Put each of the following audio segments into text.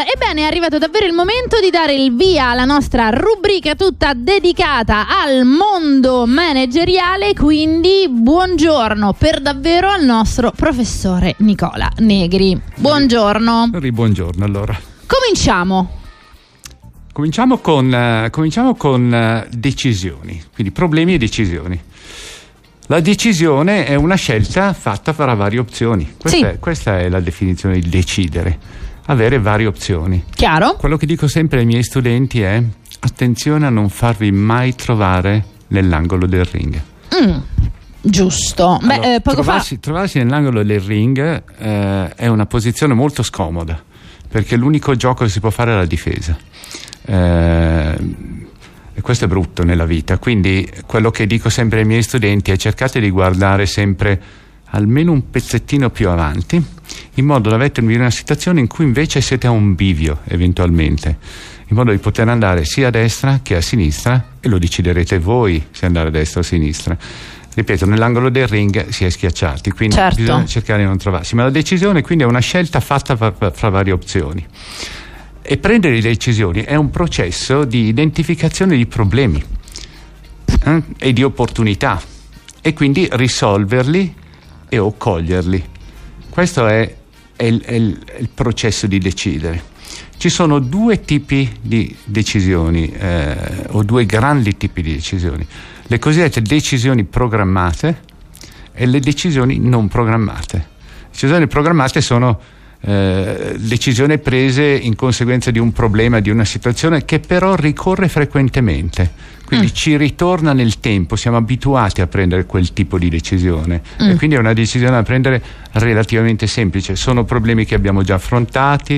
Ebbene, è arrivato davvero il momento di dare il via alla nostra rubrica tutta dedicata al mondo manageriale, quindi buongiorno per davvero al nostro professore Nicola Negri. Buongiorno. Buongiorno, allora. Cominciamo con decisioni, quindi problemi e decisioni. La decisione è una scelta fatta fra varie opzioni. Questa è la definizione di decidere, avere varie opzioni. Chiaro? Quello che dico sempre ai miei studenti è: attenzione a non farvi mai trovare nell'angolo del ring. Giusto. Allora, trovarsi nell'angolo del ring è una posizione molto scomoda, perché l'unico gioco che si può fare è la difesa. E questo è brutto nella vita, quindi quello che dico sempre ai miei studenti è: cercate di guardare sempre almeno un pezzettino più avanti, in modo da mettervi in una situazione in cui invece siete a un bivio eventualmente, in modo di poter andare sia a destra che a sinistra, e lo deciderete voi se andare a destra o a sinistra. Ripeto, nell'angolo del ring si è schiacciati, quindi bisogna cercare di non trovarsi, ma la decisione quindi è una scelta fatta fra varie opzioni. E prendere le decisioni è un processo di identificazione di problemi e di opportunità, e quindi risolverli o coglierli. Questo è il processo di decidere. Ci sono due tipi di decisioni, o due grandi tipi di decisioni: le cosiddette decisioni programmate e le decisioni non programmate. Le decisioni programmate sono decisioni prese in conseguenza di un problema, di una situazione che però ricorre frequentemente, quindi ci ritorna nel tempo, siamo abituati a prendere quel tipo di decisione, e quindi è una decisione da prendere relativamente semplice. Sono problemi che abbiamo già affrontato,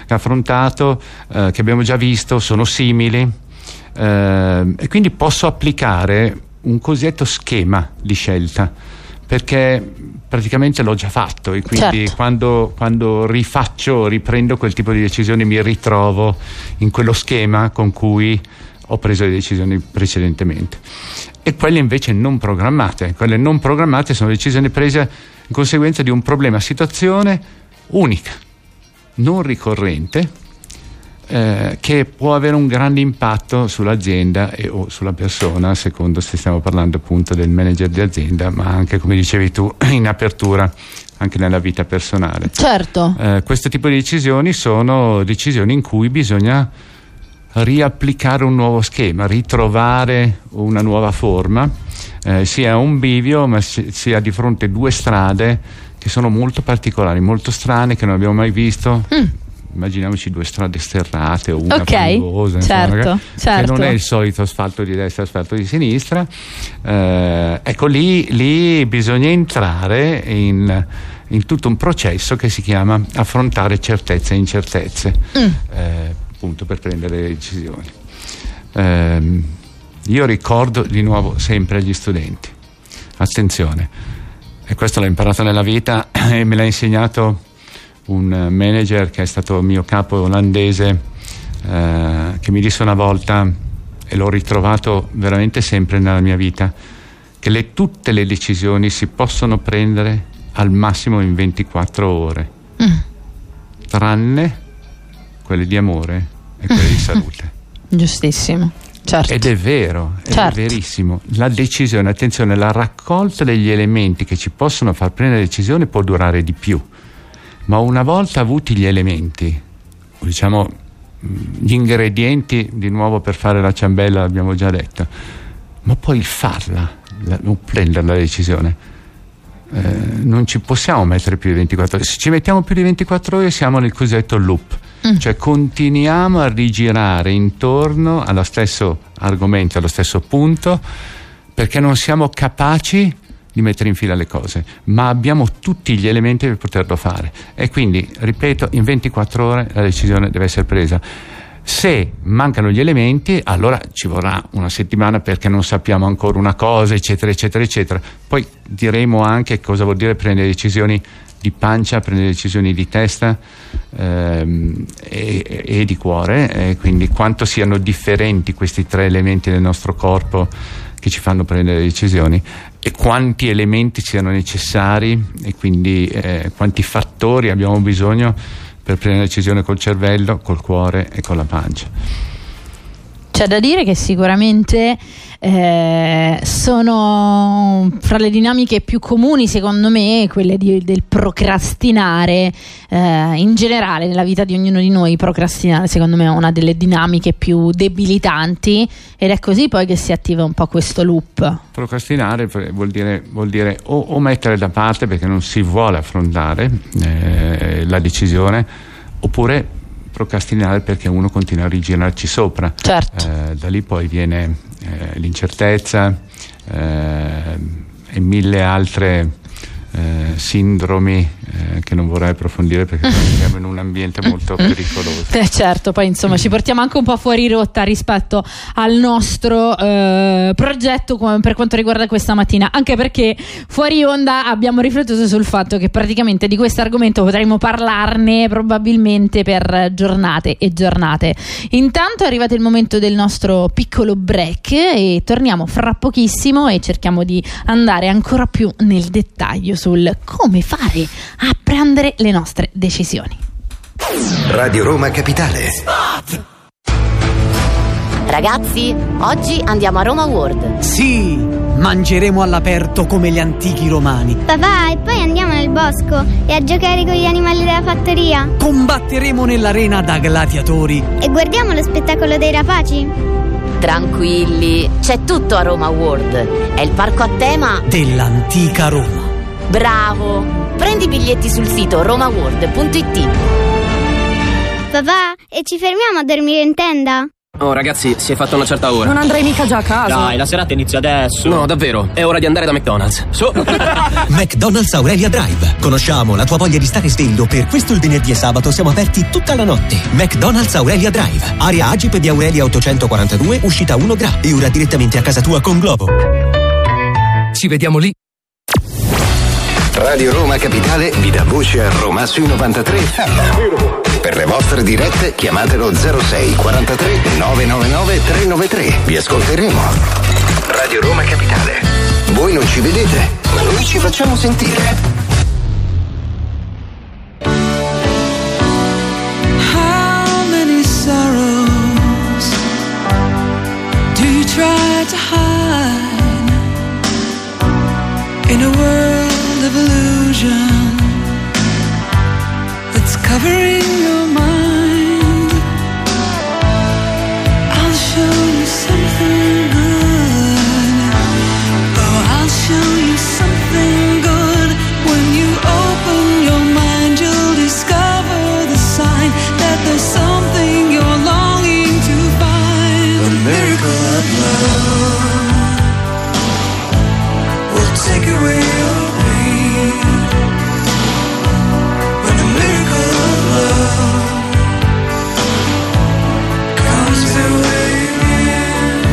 che abbiamo già visto, sono simili, e quindi posso applicare un cosiddetto schema di scelta, perché praticamente l'ho già fatto, e quindi quando riprendo quel tipo di decisioni mi ritrovo in quello schema con cui ho preso le decisioni precedentemente. E quelle invece non programmate, sono decisioni prese in conseguenza di un problema, situazione unica, non ricorrente, che può avere un grande impatto sull'azienda o sulla persona, secondo se stiamo parlando appunto del manager di azienda, ma anche, come dicevi tu in apertura, anche nella vita personale. Certo. Questo tipo di decisioni sono decisioni in cui bisogna riapplicare un nuovo schema, ritrovare una nuova forma, sia un bivio, ma sia di fronte a due strade che sono molto particolari, molto strane, che non abbiamo mai visto. Immaginiamoci due strade sterrate o una fangosa, certo. Che non è il solito asfalto di destra, asfalto di sinistra. Ecco, lì bisogna entrare in tutto un processo che si chiama affrontare certezze e incertezze, appunto, per prendere le decisioni. Io ricordo di nuovo sempre agli studenti: attenzione, e questo l'ho imparato nella vita e me l'ha insegnato un manager che è stato mio capo olandese, che mi disse una volta, e l'ho ritrovato veramente sempre nella mia vita, che tutte le decisioni si possono prendere al massimo in 24 ore, tranne quelle di amore e quelle di salute. Giustissimo. Certo. Ed è vero, è verissimo. La decisione, attenzione, la raccolta degli elementi che ci possono far prendere decisioni può durare di più, ma una volta avuti gli elementi, diciamo gli ingredienti, di nuovo, per fare la ciambella, l'abbiamo già detto, ma poi farla, non prendere la decisione, non ci possiamo mettere più di 24 ore. Se ci mettiamo più di 24 ore siamo nel cosiddetto loop, cioè continuiamo a rigirare intorno allo stesso argomento, allo stesso punto, perché non siamo capaci di mettere in fila le cose, ma abbiamo tutti gli elementi per poterlo fare, e quindi, ripeto, in 24 ore la decisione deve essere presa. Se mancano gli elementi, allora ci vorrà una settimana, perché non sappiamo ancora una cosa, eccetera eccetera eccetera. Poi diremo anche cosa vuol dire prendere decisioni di pancia, prendere decisioni di testa e di cuore, quindi quanto siano differenti questi tre elementi del nostro corpo che ci fanno prendere decisioni, e quanti elementi siano necessari, e quindi quanti fattori abbiamo bisogno per prendere decisione col cervello, col cuore e con la pancia. C'è da dire che sicuramente sono fra le dinamiche più comuni, secondo me, quelle del procrastinare. In generale nella vita di ognuno di noi procrastinare, secondo me, è una delle dinamiche più debilitanti, ed è così poi che si attiva un po' questo loop. Procrastinare vuol dire o mettere da parte perché non si vuole affrontare la decisione, oppure procrastinare perché uno continua a rigirarci sopra. Certo. Da lì poi viene l'incertezza e mille altre sindromi che non vorrei approfondire perché siamo in un ambiente molto pericoloso. Certo, poi insomma ci portiamo anche un po' fuori rotta rispetto al nostro progetto per quanto riguarda questa mattina, anche perché fuori onda abbiamo riflettuto sul fatto che praticamente di questo argomento potremmo parlarne probabilmente per giornate e giornate. Intanto è arrivato il momento del nostro piccolo break e torniamo fra pochissimo e cerchiamo di andare ancora più nel dettaglio sul come fare a prendere le nostre decisioni. Radio Roma Capitale. Spot! Ragazzi, oggi andiamo a Roma World. Sì, mangeremo all'aperto come gli antichi romani. Papà, e poi andiamo nel bosco e a giocare con gli animali della fattoria. Combatteremo nell'arena da gladiatori. E guardiamo lo spettacolo dei rapaci. Tranquilli, c'è tutto a Roma World. È il parco a tema dell'antica Roma. Bravo! Prendi i biglietti sul sito romaworld.it. Papà, e ci fermiamo a dormire in tenda? Oh ragazzi, si è fatta una certa ora. Non andrei mica già a casa. Dai, la serata inizia adesso. No, davvero, è ora di andare da McDonald's. Su. McDonald's Aurelia Drive. Conosciamo la tua voglia di stare sveglio. Per questo il venerdì e sabato siamo aperti tutta la notte. McDonald's Aurelia Drive. Area Agip di Aurelia 842, uscita 1 Gra. E ora direttamente a casa tua con Glovo. Ci vediamo lì. Radio Roma Capitale vi dà voce a Roma sui 93. Per le vostre dirette chiamatelo 06 43 999 393. Vi ascolteremo. Radio Roma Capitale. Voi non ci vedete, ma noi ci facciamo sentire. How many sorrows do you try to hide in a world of illusion that's covering your mind? I'll show you something good. Oh, I'll show you something good. When you open your mind, you'll discover the sign that there's something you're longing to find. The miracle of love will take away your pain. When the miracle of love comes your way again.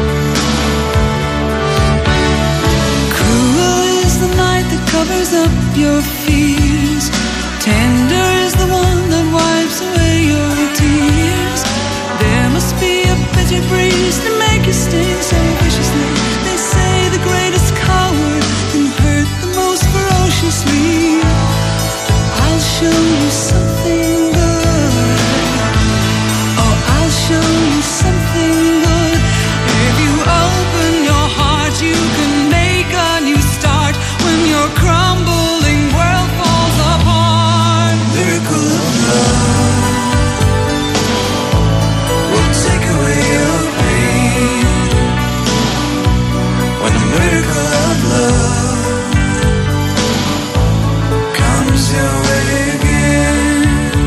Cruel is the night that covers up your fears. Tender is the one that wipes away your tears. There must be a bitter breeze to make you sting so viciously. They say the greatest coward can hurt the most ferociously. I'll show you something good. Oh, I'll show you something good. If you open your heart, you can make a new start. When your crumbling world falls apart, miracle of love will take away your pain. When the miracle of love comes your way again,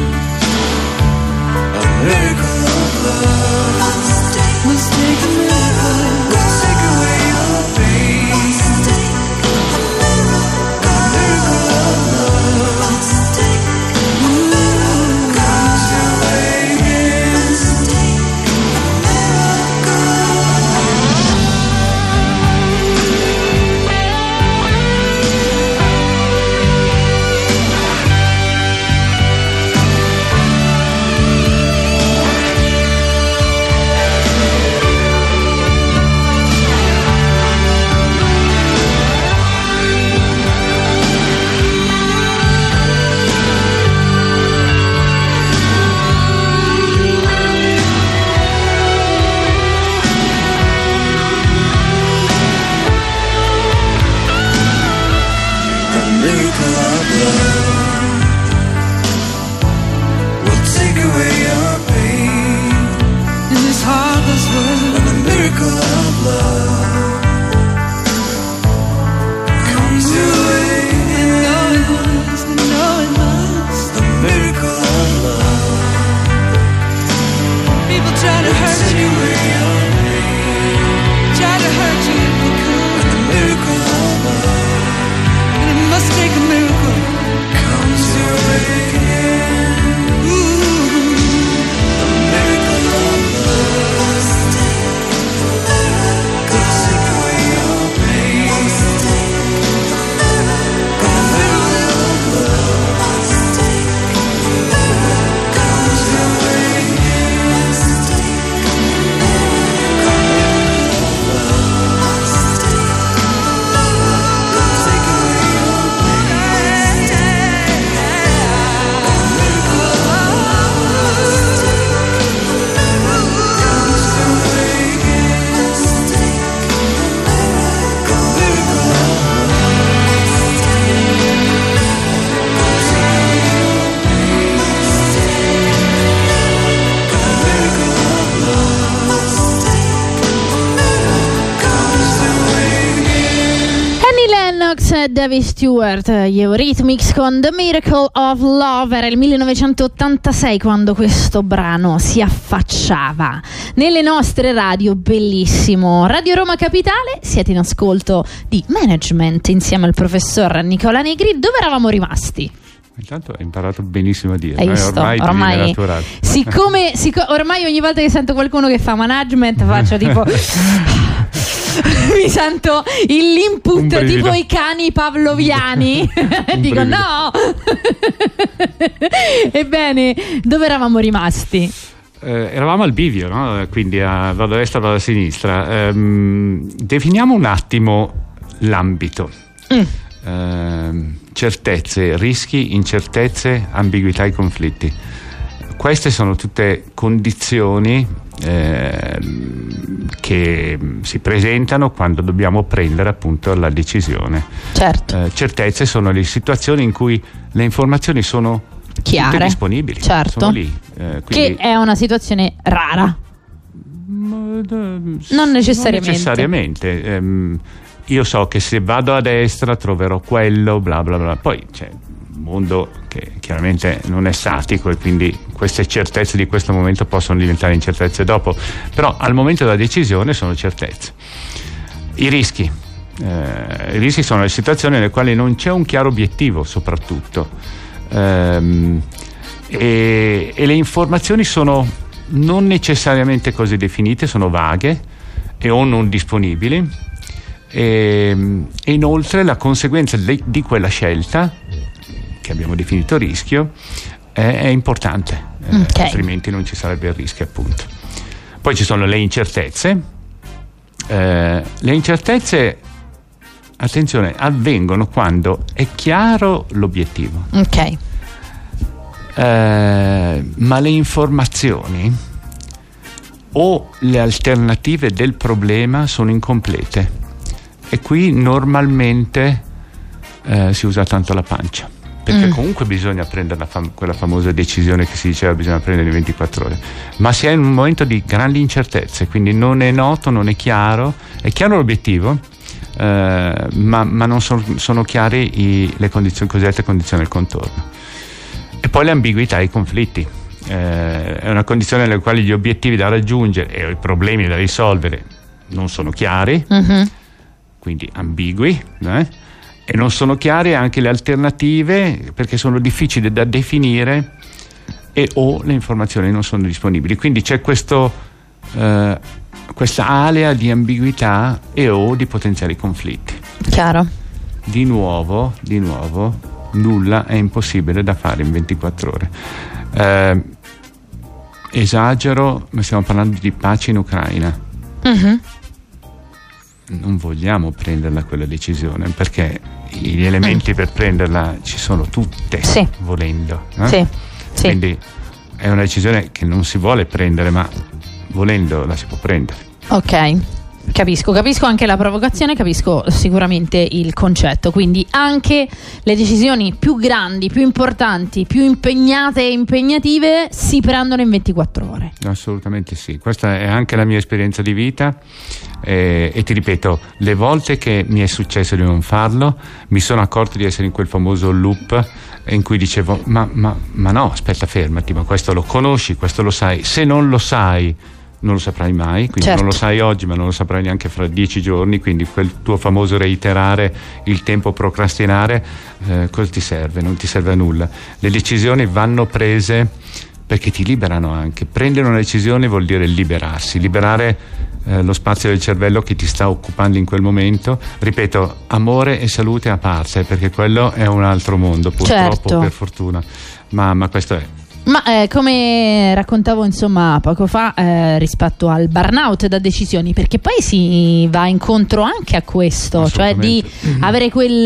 a miracle of love must take a miracle, will take away your pain. A miracle of love must take a miracle, comes your way again. A miracle. try to hurt you, try to hurt you if we could. The miracle of love, and it must take a miracle. Comes your way again. Ooh, the miracle of love must take a miracle. Could take away your pain. Must take a miracle. The miracle of love must take a miracle. Comes your way again. Must take a miracle. The miracle of love must take a miracle. Could take away your pain. The miracle of love must take a miracle. Comes your way again. Must take a miracle. The miracle of love must take a miracle. Could take away your pain. Must take a miracle. The miracle of love must take a miracle. Comes your way again. Annie Lennox e David Stewart, gli Eurythmics con The Miracle of Love. Era il 1986 quando questo brano si affacciava nelle nostre radio. Bellissimo. Radio Roma Capitale, siete in ascolto di Management insieme al professor Nicola Negri. Dove eravamo rimasti? Intanto hai imparato benissimo a dire. Hai visto? Ormai ti viene naturale. Siccome ormai ogni volta che sento qualcuno che fa management faccio tipo mi sento l'input tipo i cani pavloviani. Dico no. Ebbene, dove eravamo rimasti? Eravamo al bivio, no? Quindi vado a destra, vado a sinistra. Definiamo un attimo l'ambito. Certezze, rischi, incertezze, ambiguità e conflitti. Queste sono tutte condizioni che si presentano quando dobbiamo prendere appunto la decisione. Certo. Certezze sono le situazioni in cui le informazioni sono chiare, tutte disponibili, certo. sono lì. Che è una situazione rara. Non necessariamente. Io so che se vado a destra troverò quello, bla bla bla. Poi c'è un mondo che chiaramente non è statico e quindi queste certezze di questo momento possono diventare incertezze dopo, però al momento della decisione sono certezze. I rischi sono le situazioni nelle quali non c'è un chiaro obiettivo, soprattutto, e le informazioni sono non necessariamente così definite, sono vaghe e o non disponibili. E inoltre la conseguenza di quella scelta, che abbiamo definito rischio, è importante, altrimenti non ci sarebbe il rischio, appunto. Poi ci sono le incertezze. Le incertezze, attenzione, avvengono quando è chiaro l'obiettivo, ma le informazioni o le alternative del problema sono incomplete. E qui normalmente si usa tanto la pancia, perché comunque bisogna prendere quella famosa decisione che si diceva bisogna prendere in 24 ore, ma si è in un momento di grandi incertezze, quindi non è noto, non è chiaro l'obiettivo, ma non sono chiare le condizioni, cosiddette condizioni del contorno. E poi le ambiguità e i conflitti. È una condizione nella quale gli obiettivi da raggiungere e i problemi da risolvere non sono chiari, quindi ambigui, e non sono chiare anche le alternative perché sono difficili da definire e o le informazioni non sono disponibili. Quindi c'è questa area di ambiguità e o di potenziali conflitti. Chiaro. Di nuovo, nulla è impossibile da fare in 24 ore. Esagero, ma stiamo parlando di pace in Ucraina. Non vogliamo prenderla quella decisione perché gli elementi per prenderla ci sono tutte, volendo. Quindi è una decisione che non si vuole prendere, ma volendo la si può prendere. Capisco anche la provocazione, capisco sicuramente il concetto, quindi anche le decisioni più grandi, più importanti, più impegnate e impegnative si prendono in 24 ore. Assolutamente sì, questa è anche la mia esperienza di vita e ti ripeto, le volte che mi è successo di non farlo mi sono accorto di essere in quel famoso loop in cui dicevo ma no, aspetta, fermati, ma questo lo conosci, questo lo sai, se non lo sai non lo saprai mai, quindi certo. Non lo sai oggi ma non lo saprai neanche fra 10 giorni, quindi quel tuo famoso reiterare il tempo, procrastinare, cosa ti serve? Non ti serve a nulla. Le decisioni vanno prese perché ti liberano anche. Prendere una decisione vuol dire liberarsi, liberare lo spazio del cervello che ti sta occupando in quel momento. Ripeto, amore e salute a parte, perché quello è un altro mondo, purtroppo, certo. Per fortuna, ma questo è. Ma come raccontavo insomma poco fa rispetto al burnout da decisioni, perché poi si va incontro anche a questo, cioè di avere quel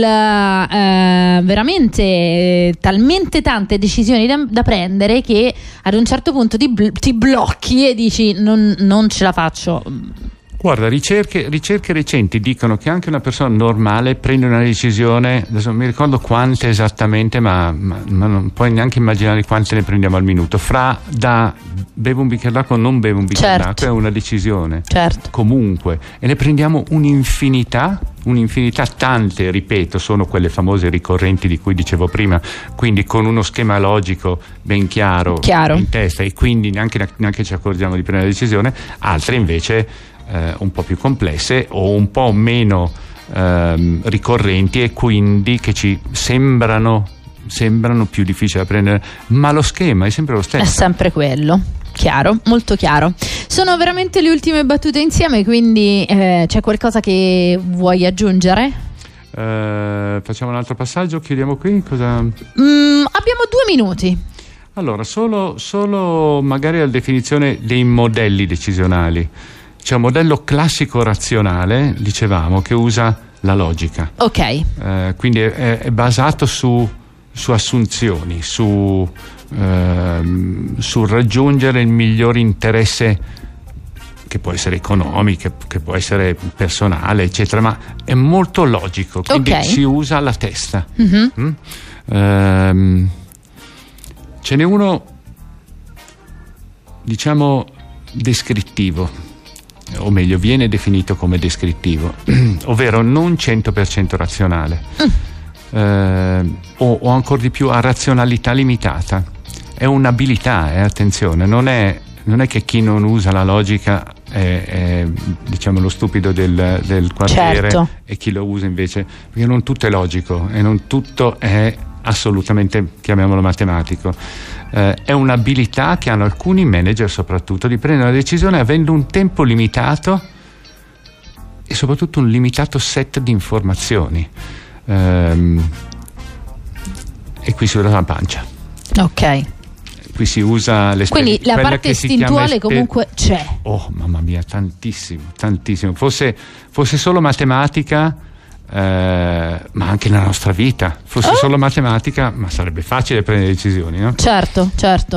veramente talmente tante decisioni da prendere che ad un certo punto ti blocchi e dici non ce la faccio. Guarda, ricerche recenti dicono che anche una persona normale prende una decisione, adesso non mi ricordo quante esattamente, ma non puoi neanche immaginare quante ne prendiamo al minuto, fra da bevo un bicchiere d'acqua o non bevo un bicchiere d'acqua, è una decisione, certo. Comunque, e ne prendiamo un'infinità, tante, ripeto, sono quelle famose ricorrenti di cui dicevo prima, quindi con uno schema logico ben chiaro. In testa, e quindi neanche ci accorgiamo di prendere la decisione, altre invece un po' più complesse o un po' meno ricorrenti e quindi che ci sembrano più difficili da prendere, ma lo schema è sempre lo stesso. È sempre quello. Chiaro, molto chiaro. Sono veramente le ultime battute insieme, quindi c'è qualcosa che vuoi aggiungere? Facciamo un altro passaggio, chiudiamo qui. Abbiamo 2 minuti. Allora, solo magari la definizione dei modelli decisionali. C'è un modello classico razionale, dicevamo, che usa la logica. Ok. Quindi è basato su assunzioni, sul raggiungere il miglior interesse, che può essere economico, che può essere personale, eccetera, ma è molto logico, quindi si usa la testa. Ce n'è uno, diciamo, descrittivo, o meglio viene definito come descrittivo, ovvero non 100% razionale, o ancora di più a razionalità limitata. È un'abilità, attenzione, non è che chi non usa la logica è diciamo lo stupido del quartiere, certo. E chi lo usa invece, perché non tutto è logico e non tutto è assolutamente, chiamiamolo, matematico. È un'abilità che hanno alcuni manager soprattutto, di prendere una decisione avendo un tempo limitato e soprattutto un limitato set di informazioni, e qui si usa la pancia. Ok. Qui si usa quindi la parte istintuale comunque c'è. Oh mamma mia, tantissimo. Fosse solo matematica, ma anche nella nostra vita fosse solo matematica, ma sarebbe facile prendere decisioni, no? Certo.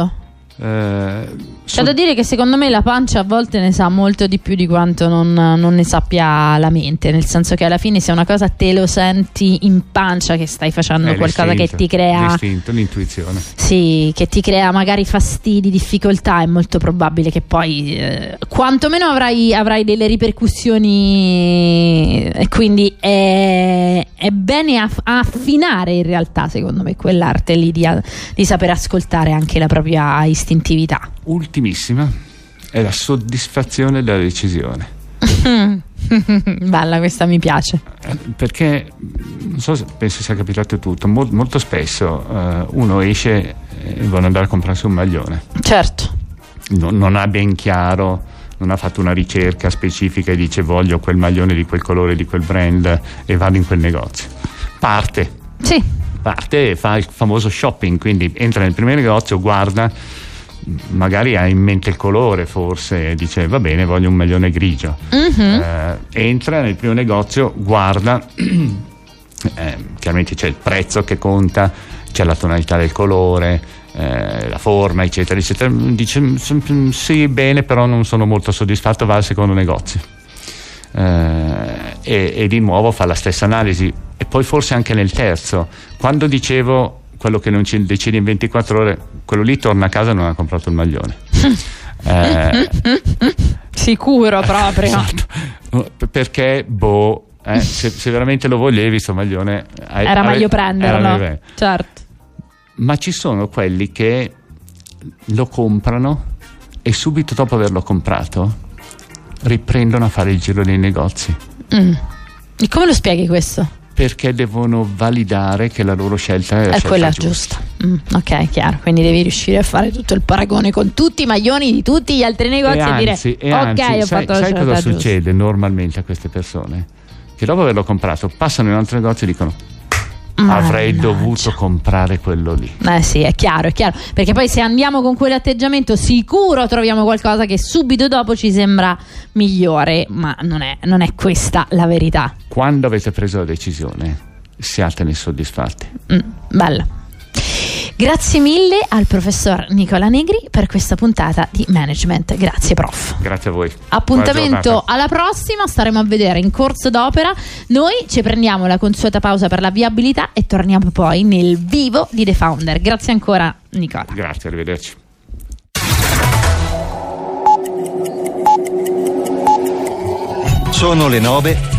C'è da dire che secondo me la pancia a volte ne sa molto di più di quanto non ne sappia la mente, nel senso che alla fine se una cosa te lo senti in pancia che stai facendo qualcosa che ti crea l'istinto, l'intuizione, sì, che ti crea magari fastidi, difficoltà, è molto probabile che poi quantomeno avrai delle ripercussioni, e quindi è bene affinare in realtà, secondo me, quell'arte lì di saper ascoltare anche la propria istintività. Ultimissima è la soddisfazione della decisione. Bella, questa mi piace, perché non so, penso sia capitato tutto, molto spesso uno esce e vuole andare a comprarsi un maglione, certo, non ha ben chiaro, non ha fatto una ricerca specifica e dice voglio quel maglione di quel colore, di quel brand, e vado in quel negozio, parte e fa il famoso shopping, quindi entra nel primo negozio, guarda, magari ha in mente il colore, forse dice va bene, voglio un maglione grigio, entra nel primo negozio, guarda, chiaramente c'è il prezzo che conta, c'è la tonalità del colore, la forma, eccetera eccetera, dice sì, bene, però non sono molto soddisfatto, va al secondo negozio, e di nuovo fa la stessa analisi. E poi forse anche nel terzo, quando dicevo quello che non ci decide in 24 ore, quello lì torna a casa e non ha comprato il maglione. Sicuro proprio. Esatto. Perché se veramente lo volevi sto maglione era meglio prenderlo, certo. Ma ci sono quelli che lo comprano e subito dopo averlo comprato riprendono a fare il giro dei negozi. E come lo spieghi questo? Perché devono validare che la loro scelta è quella giusta. Ok, chiaro. Quindi devi riuscire a fare tutto il paragone con tutti i maglioni di tutti gli altri negozi e dire ok, ho fatto la scelta giusta. Cosa succede normalmente a queste persone? Che dopo averlo comprato passano in un altro negozio e dicono avrei dovuto comprare quello lì. Sì, è chiaro, perché poi se andiamo con quell'atteggiamento sicuro troviamo qualcosa che subito dopo ci sembra migliore, ma non è questa la verità. Quando avete preso la decisione siatene soddisfatti. Bello. Grazie mille al professor Nicola Negri per questa puntata di Management. Grazie prof. Grazie a voi. Appuntamento alla prossima, staremo a vedere in corso d'opera. Noi ci prendiamo la consueta pausa per la viabilità e torniamo poi nel vivo di The Founder. Grazie ancora Nicola. Grazie, arrivederci. Sono le 9